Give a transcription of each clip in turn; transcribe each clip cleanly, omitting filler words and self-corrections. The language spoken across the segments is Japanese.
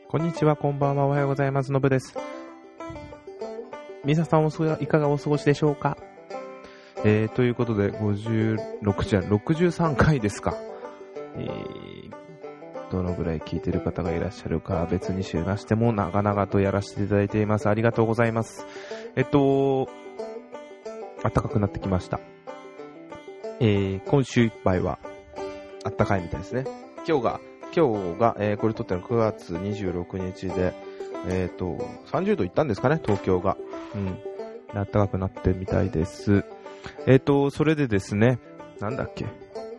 こんにちは、こんばんは、おはようございます。のぶです。皆さんいかがお過ごしでしょうか。ということで、63回ですか。どのぐらい聞いてる方がいらっしゃるか別にしましても、長々とやらせていただいています。ありがとうございます。暖かくなってきました。今週いっぱいは暖かいみたいですね。今日が、これ撮ってるの9月26日で、30度いったんですかね、東京が。暖かくなってみたいです。それでですね、なんだっけ。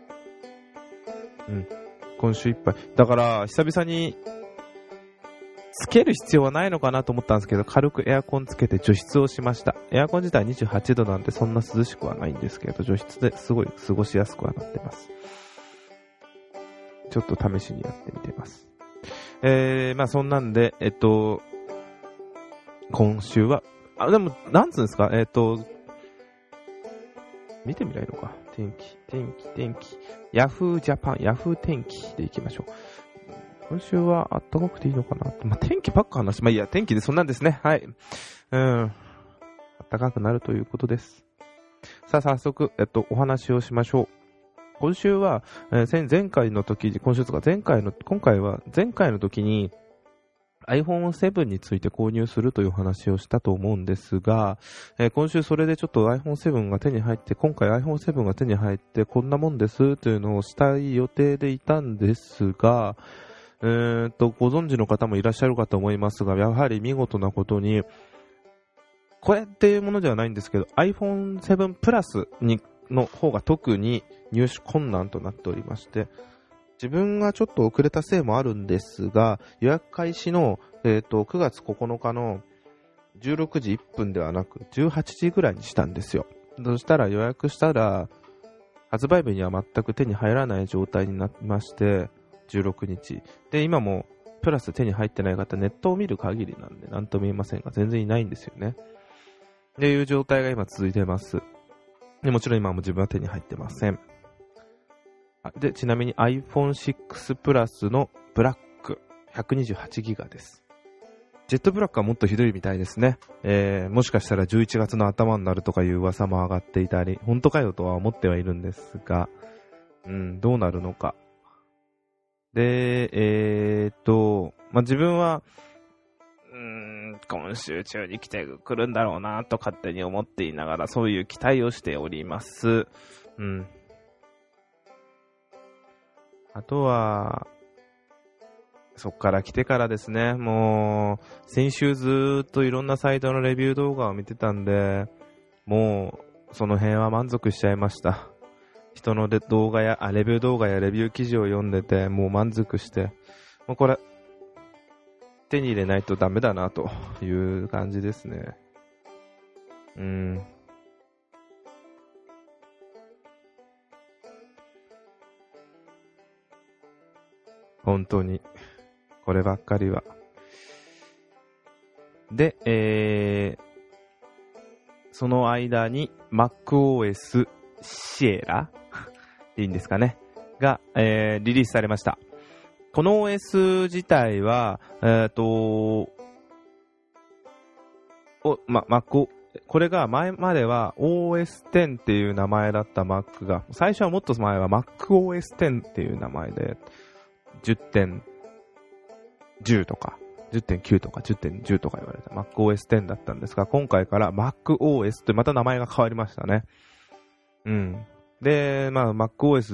今週いっぱい。だから、久々に、つける必要はないのかなと思ったんですけど、軽くエアコンつけて除湿をしました。エアコン自体28度なんでそんな涼しくはないんですけど、除湿ですごい過ごしやすくはなってます。ちょっと試しにやってみてます。そんなんで、今週は、でも、なんつうんですか、見てみないのか。天気。ヤフージャパン、ヤフー天気でいきましょう。今週は暖かくていいのかな。天気ばっか話。いいや、天気でそんなんですね。はい。暖かくなるということです。さあ、早速、お話をしましょう。今週は、前回の時に iPhone7 について購入するという話をしたと思うんですが、今週それでちょっと iPhone7 が手に入って、今回 iPhone7 が手に入ってこんなもんですというのをしたい予定でいたんですが、ご存知の方もいらっしゃるかと思いますが、やはり見事なことに、これっていうものではないんですけど、iPhone7 プラスの方が特に入手困難となっておりまして、自分がちょっと遅れたせいもあるんですが、予約開始の、9月9日の16時1分ではなく18時ぐらいにしたんですよ。そしたら予約したら発売日には全く手に入らない状態になりまして、16日で今もプラス手に入ってない方、ネットを見る限りなんで何とも言えませんが、全然いないんですよね。っていう状態が今続いています。でもちろん今も自分は手に入ってません。で、ちなみに iPhone6 プラスのブラック 128GB です。ジェットブラックはもっとひどいみたいですね。もしかしたら11月の頭になるとかいう噂も上がっていたり、本当かよとは思ってはいるんですが、どうなるのか。で、自分は、今週中に来るんだろうなと勝手に思っていながら、そういう期待をしております。あとは、そっから来てからですね、もう、先週ずーっといろんなサイトのレビュー動画を見てたんで、もう、その辺は満足しちゃいました。人のレビュー動画やレビュー記事を読んでて、もう満足して、もうこれ、手に入れないとダメだな、という感じですね。本当に。こればっかりは。で、その間に MacOS Sierra でいいんですかねが、リリースされました。この OS 自体は、これが前までは OS10 っていう名前だった Mac が、最初はもっと前は MacOS10 っていう名前で、10.10 とか、10.9 とか、10.10 とか言われた MacOS10 だったんですが、今回から MacOS ってまた名前が変わりましたね。で、MacOS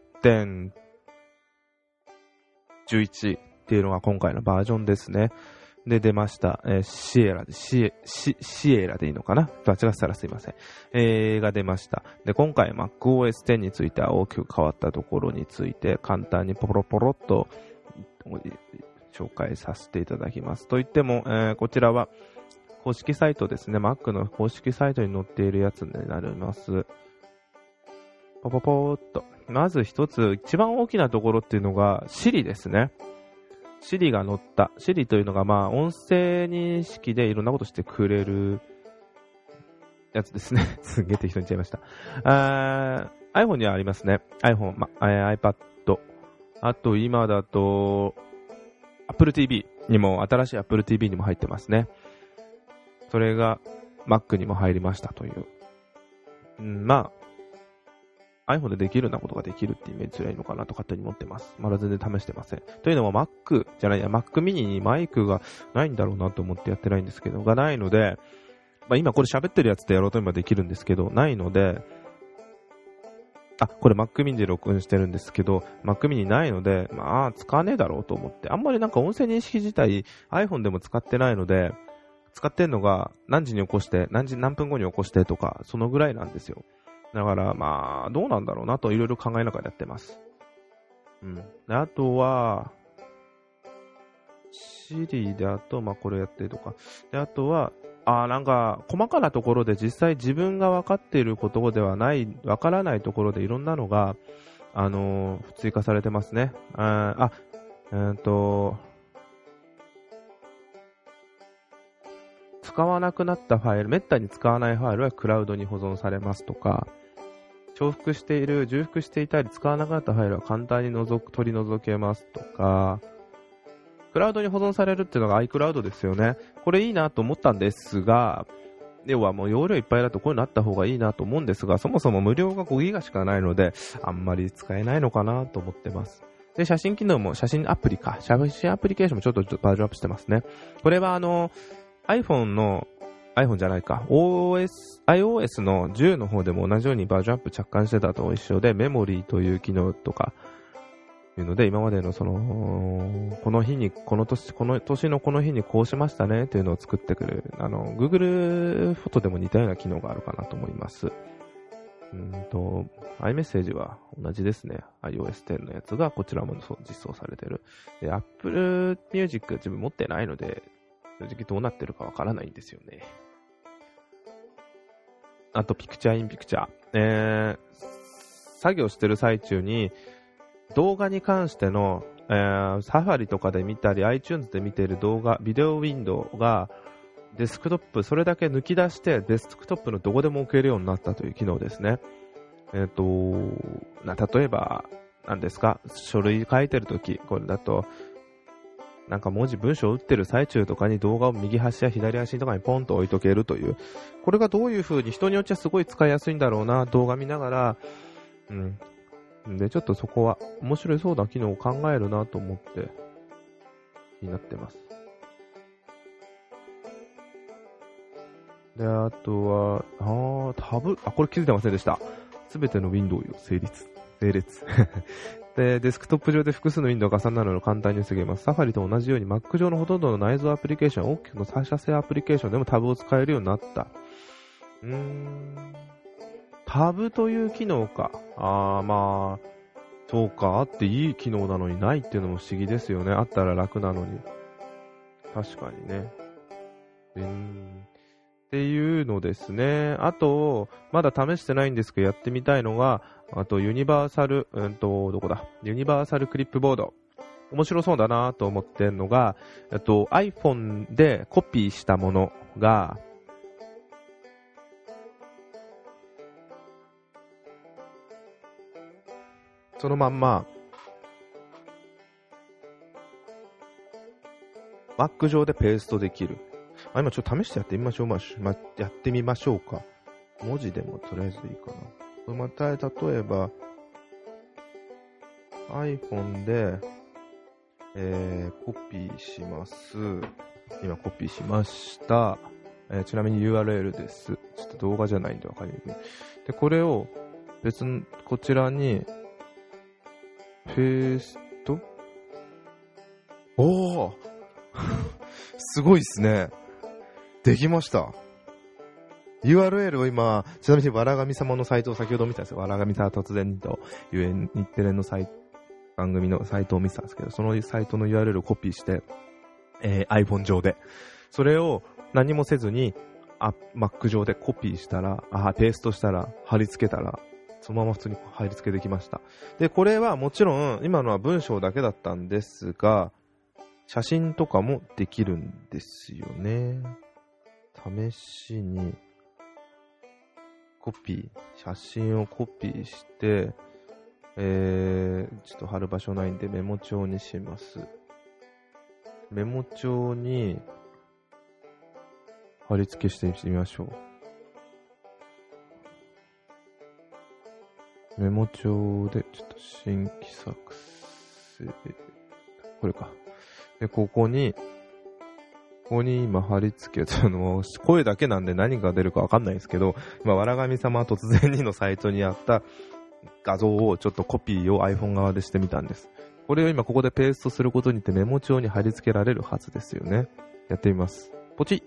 10.11 っていうのが今回のバージョンですね。で、出ました。シエラでいいのかな？間違ってたらすいません。が出ました。で、今回 MacOS 10については大きく変わったところについて簡単にポロポロっと紹介させていただきます。といっても、こちらは公式サイトですね。Mac の公式サイトに載っているやつになります。ポポポーっと。まず一つ、一番大きなところっていうのが Siri ですね。Siri が載った。Siri というのが音声認識でいろんなことしてくれるやつですね。すげえ適当に言っちゃいました。iPhone にはありますね。iPhone、iPad。あと今だと Apple TV にも、新しい Apple TV にも入ってますね。それが Mac にも入りましたという。まあ、iPhone でできるようなことができるってイメージすればいいのかなと勝手に思ってます。まだ全然試してません。というのも Mac mini にマイクがないんだろうなと思ってやってないんですけど、がないので、今これ喋ってるやつでやろうと今できるんですけど、ないので、これ Mac mini で録音してるんですけど、Mac mini ないので、使わねえだろうと思って、あんまりなんか音声認識自体 iPhone でも使ってないので、使ってんのが何時に起こして、何分後に起こしてとか、そのぐらいなんですよ。だからどうなんだろうなといろいろ考えながらやってます。であとは、Siri でこれやってるとか。で、あとは、なんか、細かなところで実際自分が分かっていることではない、分からないところでいろんなのが、追加されてますね。使わなくなったファイル、めったに使わないファイルはクラウドに保存されますとか、重複していたり使わなくなったファイルは簡単に取り除けますとか、クラウドに保存されるっていうのが iCloud ですよね。これいいなと思ったんですが、要はもう容量いっぱいだとこういうのあった方がいいなと思うんですが、そもそも無料が5ギガしかないので、あんまり使えないのかなと思ってます。で、写真機能も、写真アプリケーションもちょっとバージョンアップしてますね。これはiPhone じゃないか、iOS の10の方でも同じようにバージョンアップ着艦してたと一緒で、メモリーという機能とか、いうので、今までのこの年のこの日にこうしましたねっていうのを作ってくる、Google フォトでも似たような機能があるかなと思います。iMessage は同じですね。iOS 10のやつがこちらも実装されてる。で、Apple Music 自分持ってないので、正直どうなってるかわからないんですよね。あと、Picture in Picture。作業してる最中に、動画に関しての、サファリとかで見たり iTunes で見ている動画、ビデオウィンドウがデスクトップ、それだけ抜き出してデスクトップのどこでも置けるようになったという機能ですね。例えば、何ですか、書類書いてるとき、これだと、なんか文章を打ってる最中とかに動画を右端や左端とかにポンと置いとけるという。これがどういう風に人によっちゃすごい使いやすいんだろうな、動画見ながら、で、ちょっとそこは面白そうな機能を考えるなと思って気になってます。で、あとは、タブ、これ気づいてませんでした。すべてのウィンドウを整列。で、デスクトップ上で複数のウィンドウが重なるのを簡単に防げます。サファリと同じように Mac 上のほとんどの内蔵アプリケーション、大きくの他社製アプリケーションでもタブを使えるようになった。タブという機能か。そうか。あっていい機能なのにないっていうのも不思議ですよね。あったら楽なのに。確かにね。っていうのですね。あと、まだ試してないんですけど、やってみたいのが、あと、ユニバーサルクリップボード。面白そうだなと思ってるのが、iPhone でコピーしたものが、そのまんま、Mac 上でペーストできる。今ちょっと試してやってみましょうか。文字でもとりあえずいいかな。また、例えば、iPhone で、コピーします。今コピーしました。ちなみに URL です。ちょっと動画じゃないんでわかりにくい。で、これをこちらに、ペーストおーすごいっすね。できました。URL を今、ちなみにわらがみ様のサイトを先ほど見たんですよ。わらがみさ突然という日テレの番組のサイトを見てたんですけど、そのサイトの URL をコピーして、iPhone 上で、それを何もせずに、Mac 上でコピーしたら、ペーストしたら、貼り付けたら、そのまま普通に貼り付けできました。で、これはもちろん、今のは文章だけだったんですが、写真とかもできるんですよね。試しに、写真をコピーして、ちょっと貼る場所ないんでメモ帳にします。 メモ帳に貼り付けしてみましょう。メモ帳でちょっと新規作成、これか。で、ここに今貼り付けたのを、声だけなんで何が出るかわかんないですけど、今、わらがみ様突然にのサイトにあった画像をちょっとコピーを iPhone 側でしてみたんです。これを今ここでペーストすることによってメモ帳に貼り付けられるはずですよね。やってみます。ポチッ。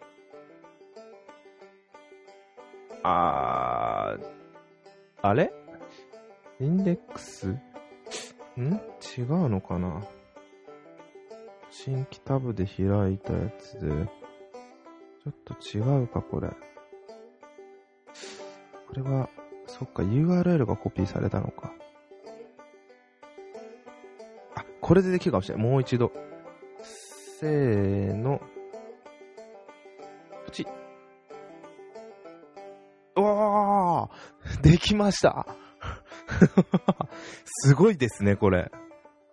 あれインデックス違うのかな。新規タブで開いたやつで、ちょっと違うか、これ。これは、そっか、URL がコピーされたのか。あ、これでできるかもしれない。もう一度。せーの。ポチッ。うわーできましたすごいですね、これ。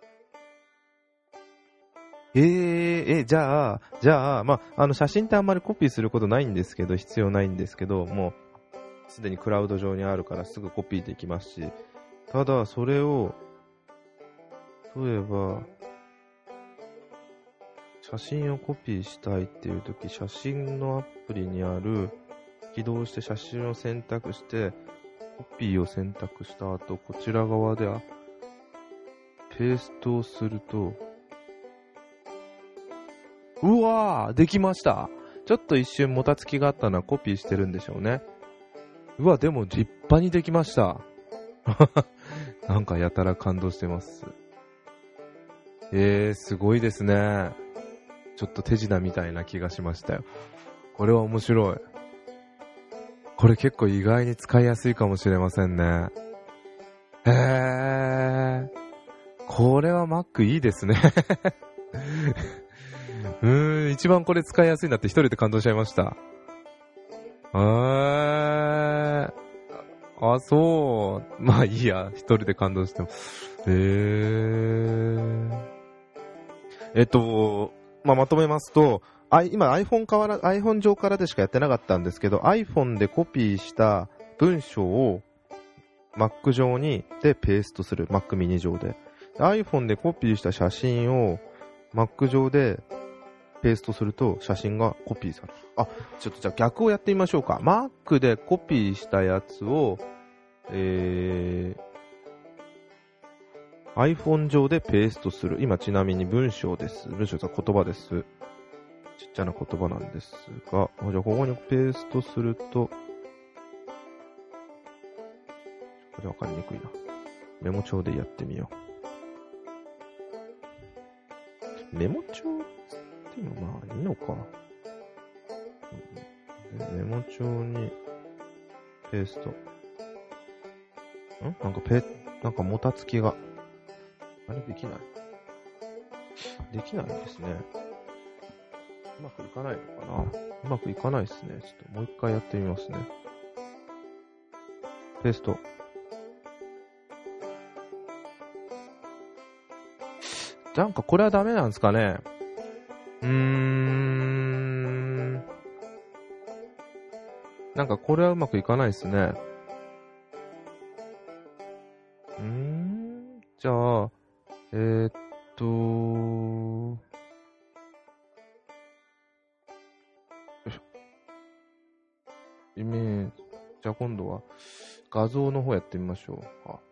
じゃあ、まあ、写真ってあんまりコピーすることないんですけど、必要ないんですけど、もう、すでにクラウド上にあるからすぐコピーできますし、ただ、それを、例えば、写真をコピーしたいっていうとき、写真のアプリにある、起動して写真を選択して、コピーを選択した後、こちら側で、ペーストをすると、うわーできました。ちょっと一瞬もたつきがあったのはコピーしてるんでしょうね。うわ、でも立派にできました。なんかやたら感動してます。すごいですね。ちょっと手品みたいな気がしましたよ。これは面白い。これ結構意外に使いやすいかもしれませんね。これは Mac いいですね。一番これ使いやすいなって一人で感動しちゃいました。そう。まあいいや、一人で感動しても。まとめますと、今 iPhone 上からでしかやってなかったんですけど、iPhone でコピーした文章を Mac 上でペーストする。Mac mini 上で。iPhone でコピーした写真を Mac 上でペーストすると写真がコピーされる。ちょっとじゃあ逆をやってみましょうか。Mac でコピーしたやつを、iPhone 上でペーストする。今ちなみに文章です。文章は言葉です。ちっちゃな言葉なんですが、じゃあここにペーストすると、これわかりにくいな。メモ帳でやってみよう。メモ帳っていうのまあいいのか。メモ帳にペースト。なんかもたつきが。あれできないできないんですね。うまくいかないのかな。うまくいかないですね。ちょっともう一回やってみますね。ペースト。なんかこれはダメなんですかね。なんかこれはうまくいかないですね。じゃあ、よいしょ。じゃあ今度は画像の方やってみましょう。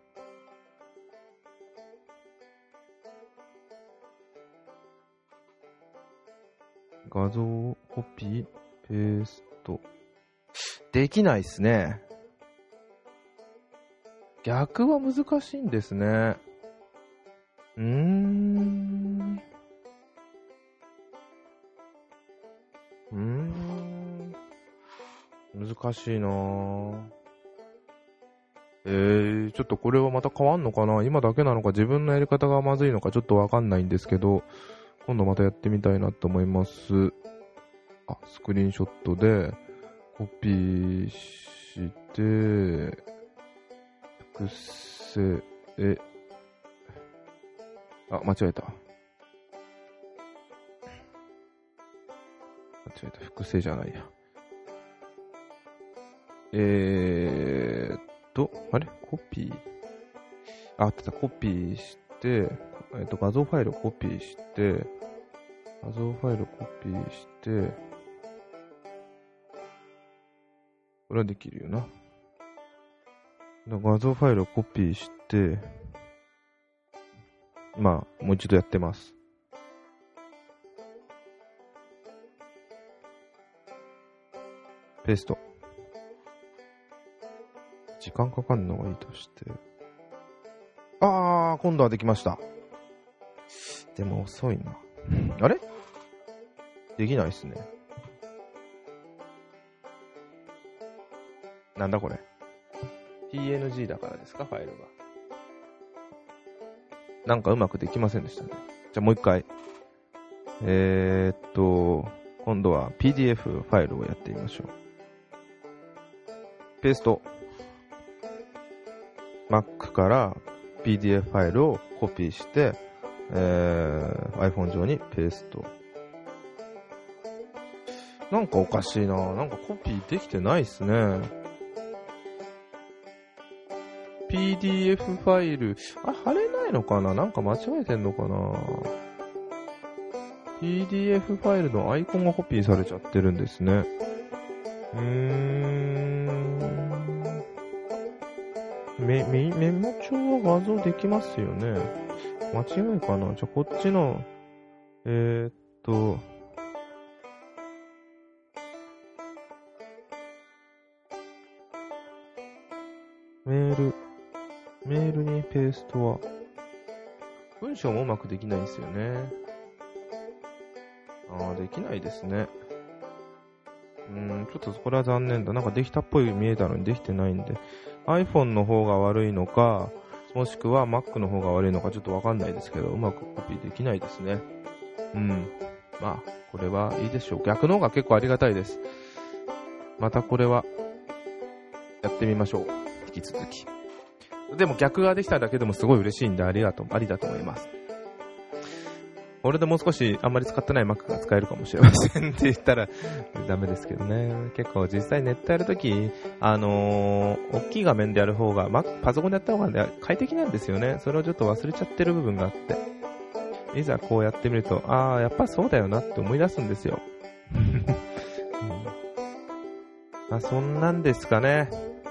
画像をコピー、ペースト。できないっすね。逆は難しいんですね。難しいなぁ。ちょっとこれはまた変わんのかな。今だけなのか自分のやり方がまずいのかちょっとわかんないんですけど、今度またやってみたいなと思います。スクリーンショットでコピーして、複製、間違えた。 えた。複製じゃないや。あれコピー。あってた、コピーして、画像ファイルをコピーして、画像ファイルをコピーして、これはできるよな。画像ファイルをコピーして、まあ、もう一度やってます。ペースト。時間かかんのがいいとして。今度はできました。でも遅いな。あれできないっすね。なんだこれ。PNG だからですか、ファイルが。なんかうまくできませんでしたね。じゃあもう一回。今度は PDF ファイルをやってみましょう。ペースト。Mac から PDF ファイルをコピーして、iPhone 上にペースト。なんかおかしいな。なんかコピーできてないっすね。PDF ファイル、貼れないのかな？なんか間違えてんのかな？ PDF ファイルのアイコンがコピーされちゃってるんですね。メモ帳は画像できますよね。間違いかな？じゃあこっちの、メールにペーストは、文章もうまくできないですよね。できないですね。ちょっとこれは残念だ。なんかできたっぽい見えたのにできてないんで、iPhone の方が悪いのか、もしくは Mac の方が悪いのかちょっとわかんないですけど、うまくコピーできないですね。まあ、これはいいでしょう。逆の方が結構ありがたいです。またこれは、やってみましょう。引き続き。でも逆ができただけでもすごい嬉しいんでありだと思います。これでもう少しあんまり使ってない Mac が使えるかもしれませんって言ったらダメですけどね。結構実際ネットやるとき、大きい画面でやる方が、パソコンでやった方が快適なんですよね。それをちょっと忘れちゃってる部分があって。いざこうやってみると、やっぱそうだよなって思い出すんですよ。そんなんですかね。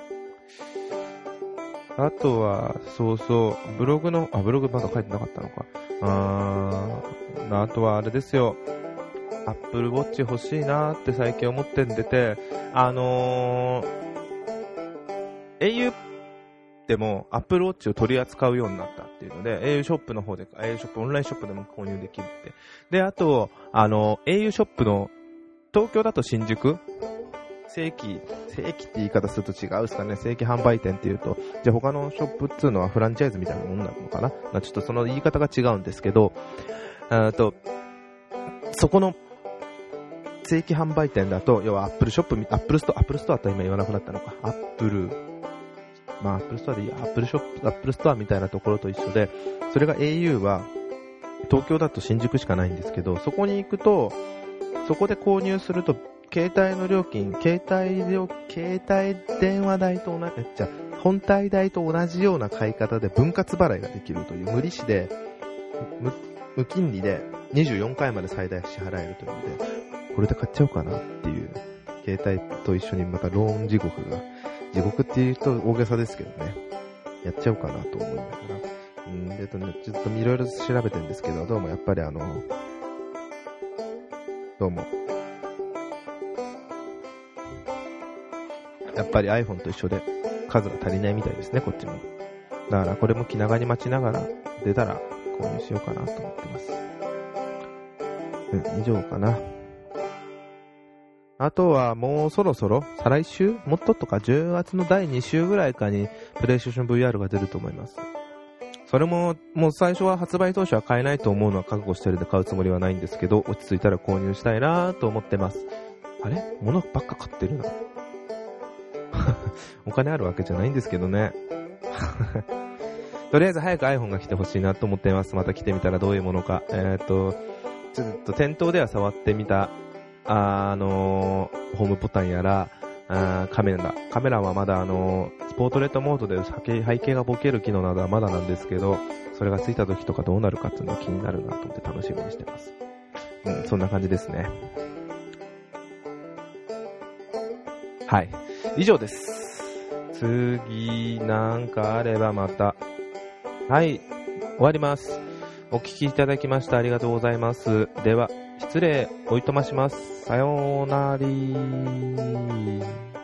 あとは、ブログまだ書いてなかったのか。あとはあれですよ。Apple Watch 欲しいなーって最近思ってんでて、au でも Apple Watch を取り扱うようになったっていうので、au ショップの方で、au ショップ、オンラインショップでも購入できるって。で、あと、au ショップの、東京だと新宿正規って言い方すると違うですかね。正規販売店っていうと、じゃあ他のショップっていうのはフランチャイズみたいなもんなのかな。ちょっとその言い方が違うんですけど、そこの正規販売店だと、要は Apple ショップ、Apple Store と今言わなくなったのか。Apple Store でいいや、Apple Store みたいなところと一緒で、それが au は東京だと新宿しかないんですけど、そこに行くと、そこで購入すると、携帯の料金、携帯電話代と同じ、本体代と同じような買い方で分割払いができるという、無利子で、無金利で24回まで最大支払えるというので、これで買っちゃおうかなっていう、携帯と一緒にまたローン地獄っていうと大げさですけどね、やっちゃおうかなと思いながら、ちょっといろいろ調べてるんですけど、どうもやっぱりやっぱり iPhone と一緒で数が足りないみたいですね、こっちも。だからこれも気長に待ちながら出たら購入しようかなと思ってます。以上かな。あとはもうそろそろ、再来週もっととか10月の第2週ぐらいかにプレイステーション VR が出ると思います。それもう最初は発売当初は買えないと思うのは覚悟してるんで買うつもりはないんですけど、落ち着いたら購入したいなと思ってます。あれ？物ばっか買ってるな。お金あるわけじゃないんですけどね。とりあえず早く iPhone が来てほしいなと思っています。また来てみたらどういうものか。ちょっと店頭では触ってみたホームボタンやら、カメラはまだスポートレートモードで背景がボケる機能などはまだなんですけど、それがついた時とかどうなるかっていうのが気になるなと思って楽しみにしてます。そんな感じですね。はい。以上です。次、なんかあればまた。はい。終わります。お聞きいただきましてありがとうございます。では、失礼、おいとまします。さようなら。